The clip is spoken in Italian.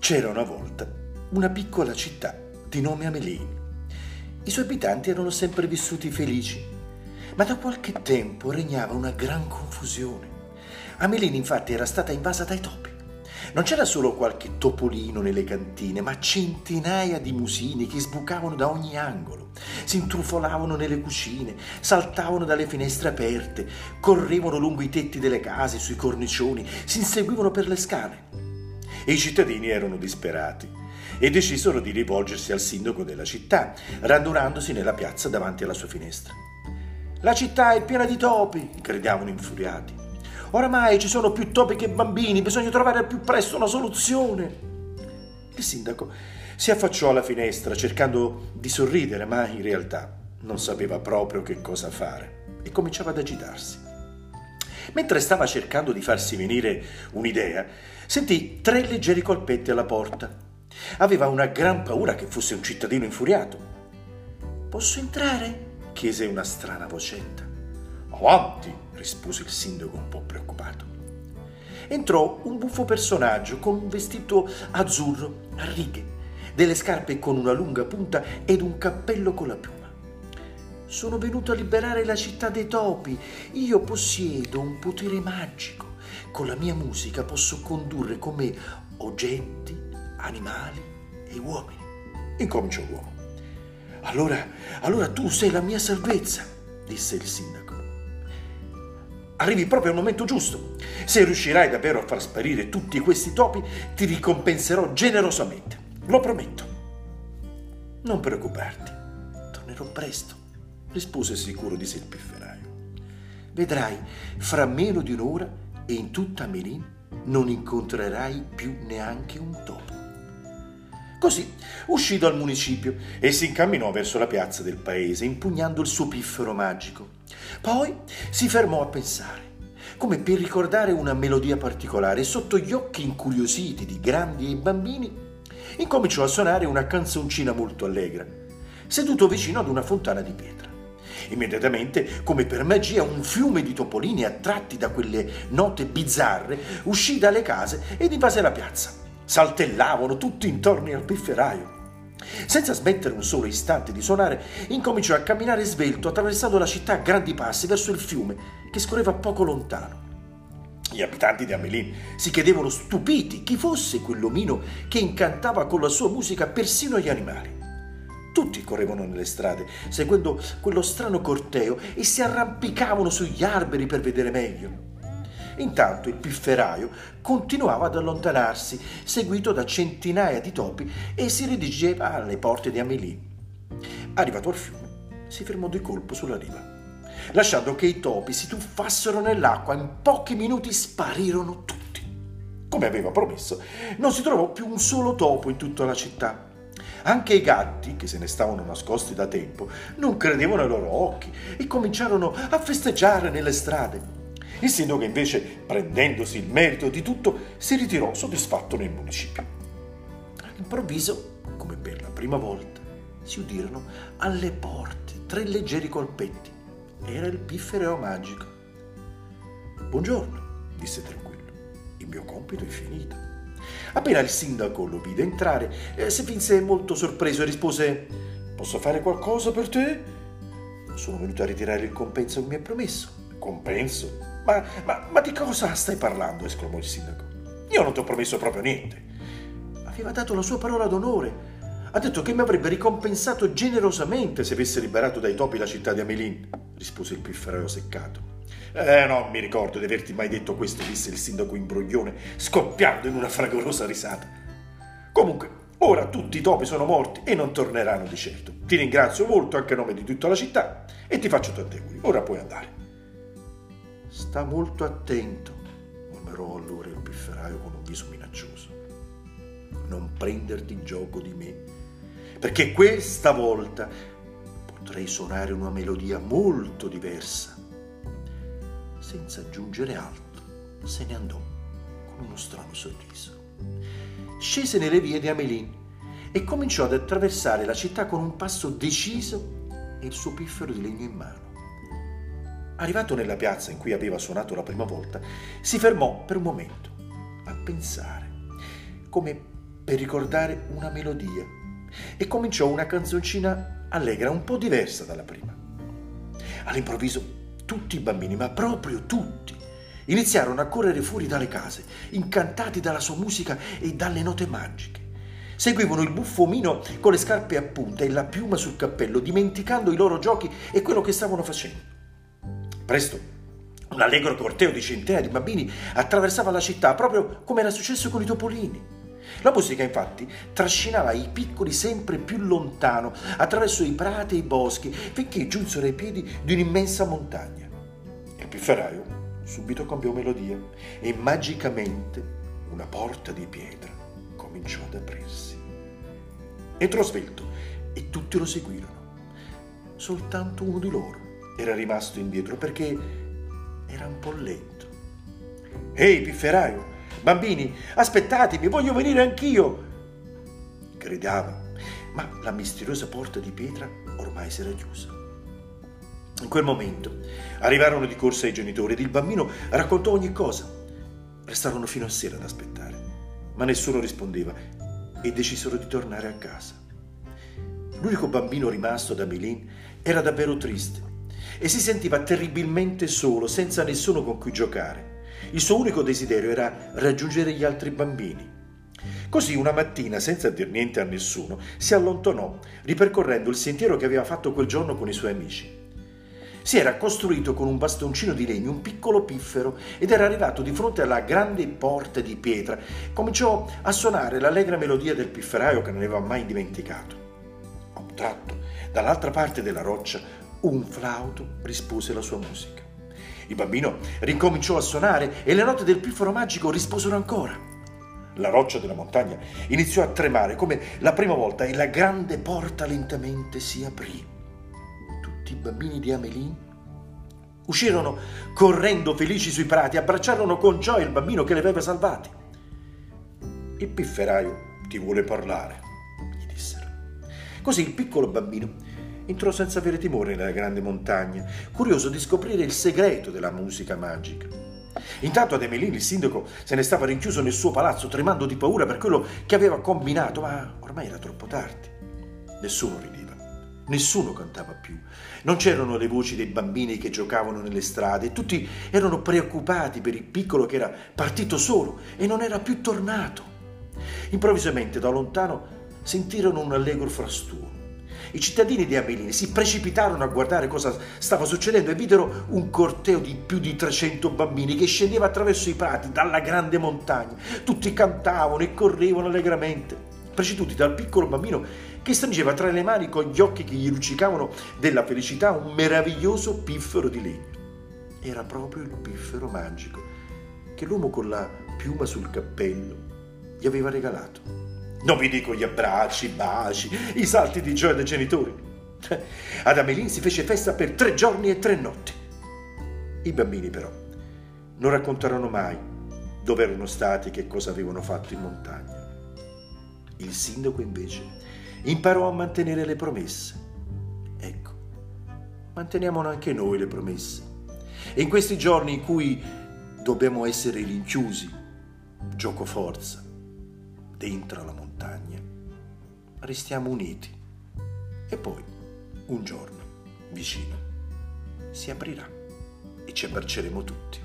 C'era una volta una piccola città di nome Amelin. I suoi abitanti erano sempre vissuti felici, ma da qualche tempo regnava una gran confusione. Amelin infatti era stata invasa dai topi. Non c'era solo qualche topolino nelle cantine, ma centinaia di musini che sbucavano da ogni angolo, si intrufolavano nelle cucine, saltavano dalle finestre aperte, correvano lungo i tetti delle case, sui cornicioni, si inseguivano per le scale. E i cittadini erano disperati e decisero di rivolgersi al sindaco della città, radunandosi nella piazza davanti alla sua finestra. «La città è piena di topi!» gridavano infuriati. «Oramai ci sono più topi che bambini, bisogna trovare al più presto una soluzione!» Il sindaco si affacciò alla finestra cercando di sorridere, ma in realtà non sapeva proprio che cosa fare e cominciava ad agitarsi. Mentre stava cercando di farsi venire un'idea, sentì 3 leggeri colpetti alla porta. Aveva una gran paura che fosse un cittadino infuriato. «Posso entrare?» chiese una strana vocetta. «Avanti!» rispose il sindaco un po' preoccupato. Entrò un buffo personaggio con un vestito azzurro a righe, delle scarpe con una lunga punta ed un cappello con la piuma. «Sono venuto a liberare la città dei topi. Io possiedo un potere magico. Con la mia musica posso condurre con me oggetti, animali e uomini». Incominciò l'uomo. Allora tu sei la mia salvezza», disse il sindaco. «Arrivi proprio al momento giusto. Se riuscirai davvero a far sparire tutti questi topi, ti ricompenserò generosamente. Lo prometto». «Non preoccuparti, tornerò presto», rispose sicuro di sé il pifferaio. «Vedrai, fra meno di un'ora e in tutta Amelin non incontrerai più neanche un topo». Così uscì dal municipio e si incamminò verso la piazza del paese, impugnando il suo piffero magico. Poi si fermò a pensare, come per ricordare una melodia particolare, e sotto gli occhi incuriositi di grandi e bambini incominciò a suonare una canzoncina molto allegra, seduto vicino ad una fontana di pietra. Immediatamente, come per magia, un fiume di topolini attratti da quelle note bizzarre uscì dalle case ed invase la piazza. Saltellavano tutti intorno al pifferaio. Senza smettere un solo istante di suonare, incominciò a camminare svelto, attraversando la città a grandi passi verso il fiume che scorreva poco lontano. Gli abitanti di Amelin si chiedevano stupiti chi fosse quell'omino che incantava con la sua musica persino gli animali. Tutti correvano nelle strade, seguendo quello strano corteo, e si arrampicavano sugli alberi per vedere meglio. Intanto il pifferaio continuava ad allontanarsi, seguito da centinaia di topi, e si dirigeva alle porte di Amelin. Arrivato al fiume, si fermò di colpo sulla riva, lasciando che i topi si tuffassero nell'acqua. In pochi minuti sparirono tutti. Come aveva promesso, non si trovò più un solo topo in tutta la città. Anche i gatti, che se ne stavano nascosti da tempo, non credevano ai loro occhi e cominciarono a festeggiare nelle strade. Il sindaco invece, prendendosi il merito di tutto, si ritirò soddisfatto nel municipio. All'improvviso, come per la prima volta, si udirono alle porte 3 leggeri colpetti. Era il piffero magico. «Buongiorno», disse tranquillo, «il mio compito è finito». Appena il sindaco lo vide entrare, si finse molto sorpreso e rispose: «Posso fare qualcosa per te?» «Sono venuto a ritirare il compenso che mi hai promesso». «Compenso? Ma di cosa stai parlando?» esclamò il sindaco. «Io non ti ho promesso proprio niente». «Aveva dato la sua parola d'onore. Ha detto che mi avrebbe ricompensato generosamente se avesse liberato dai topi la città di Amelin», rispose il pifferaio seccato. Non mi ricordo di averti mai detto questo», disse il sindaco imbroglione, scoppiando in una fragorosa risata. «Comunque, ora tutti i topi sono morti e non torneranno di certo. Ti ringrazio molto anche a nome di tutta la città e ti faccio tanti auguri. Ora puoi andare». «Sta molto attento», mormorò allora il pifferaio con un viso minaccioso. «Non prenderti gioco di me, perché questa volta potrei suonare una melodia molto diversa». Senza aggiungere altro, se ne andò con uno strano sorriso. Scese nelle vie di Amelin e cominciò ad attraversare la città con un passo deciso e il suo piffero di legno in mano. Arrivato nella piazza in cui aveva suonato la prima volta, si fermò per un momento a pensare, come per ricordare una melodia e cominciò una canzoncina allegra, un po' diversa dalla prima. All'improvviso tutti i bambini, ma proprio tutti, iniziarono a correre fuori dalle case, incantati dalla sua musica e dalle note magiche. Seguivano il buffo omino con le scarpe a punta e la piuma sul cappello, dimenticando i loro giochi e quello che stavano facendo. Presto, un allegro corteo di centinaia di bambini attraversava la città, proprio come era successo con i topolini. La musica, infatti, trascinava i piccoli sempre più lontano, attraverso i prati e i boschi, finché giunsero ai piedi di un'immensa montagna. Il pifferaio subito cambiò melodia e magicamente una porta di pietra cominciò ad aprirsi. Entrò svelto e tutti lo seguirono. Soltanto uno di loro era rimasto indietro perché era un po' lento. «Ehi, pifferaio! Bambini, aspettatemi, voglio venire anch'io!» gridava, ma la misteriosa porta di pietra ormai si era chiusa. In quel momento arrivarono di corsa i genitori ed il bambino raccontò ogni cosa. Restarono fino a sera ad aspettare, ma nessuno rispondeva e decisero di tornare a casa. L'unico bambino rimasto ad Amélie era davvero triste e si sentiva terribilmente solo, senza nessuno con cui giocare. Il suo unico desiderio era raggiungere gli altri bambini. Così una mattina, senza dir niente a nessuno, si allontanò, ripercorrendo il sentiero che aveva fatto quel giorno con i suoi amici. Si era costruito con un bastoncino di legno un piccolo piffero ed era arrivato di fronte alla grande porta di pietra. Cominciò a suonare l'allegra melodia del pifferaio che non aveva mai dimenticato. A un tratto, dall'altra parte della roccia, un flauto rispose la sua musica. Il bambino ricominciò a suonare e le note del piffero magico risposero ancora. La roccia della montagna iniziò a tremare come la prima volta e la grande porta lentamente si aprì. Tutti i bambini di Amélie uscirono correndo felici sui prati, abbracciarono con gioia il bambino che li aveva salvati. «Il pifferaio ti vuole parlare», gli dissero. Così il piccolo bambino entrò senza avere timore nella grande montagna, curioso di scoprire il segreto della musica magica. Intanto ad Amélie il sindaco se ne stava rinchiuso nel suo palazzo, tremando di paura per quello che aveva combinato, ma ormai era troppo tardi. Nessuno rideva, nessuno cantava più, non c'erano le voci dei bambini che giocavano nelle strade e tutti erano preoccupati per il piccolo che era partito solo e non era più tornato. Improvvisamente da lontano sentirono un allegro frastuono. I cittadini di Amélie si precipitarono a guardare cosa stava succedendo e videro un corteo di più di 300 bambini che scendeva attraverso i prati dalla grande montagna. Tutti cantavano e correvano allegramente, preceduti dal piccolo bambino che stringeva tra le mani con gli occhi che gli luccicavano della felicità un meraviglioso piffero di legno. Era proprio il piffero magico che l'uomo con la piuma sul cappello gli aveva regalato. Non vi dico gli abbracci, i baci, i salti di gioia dei genitori. Ad Amélie si fece festa per 3 giorni e 3 notti. I bambini però non raccontarono mai dove erano stati e che cosa avevano fatto in montagna. Il sindaco invece imparò a mantenere le promesse. Ecco, manteniamolo anche noi le promesse. E in questi giorni in cui dobbiamo essere rinchiusi, gioco forza, dentro la montagna, restiamo uniti e poi un giorno vicino si aprirà e ci abbracceremo tutti.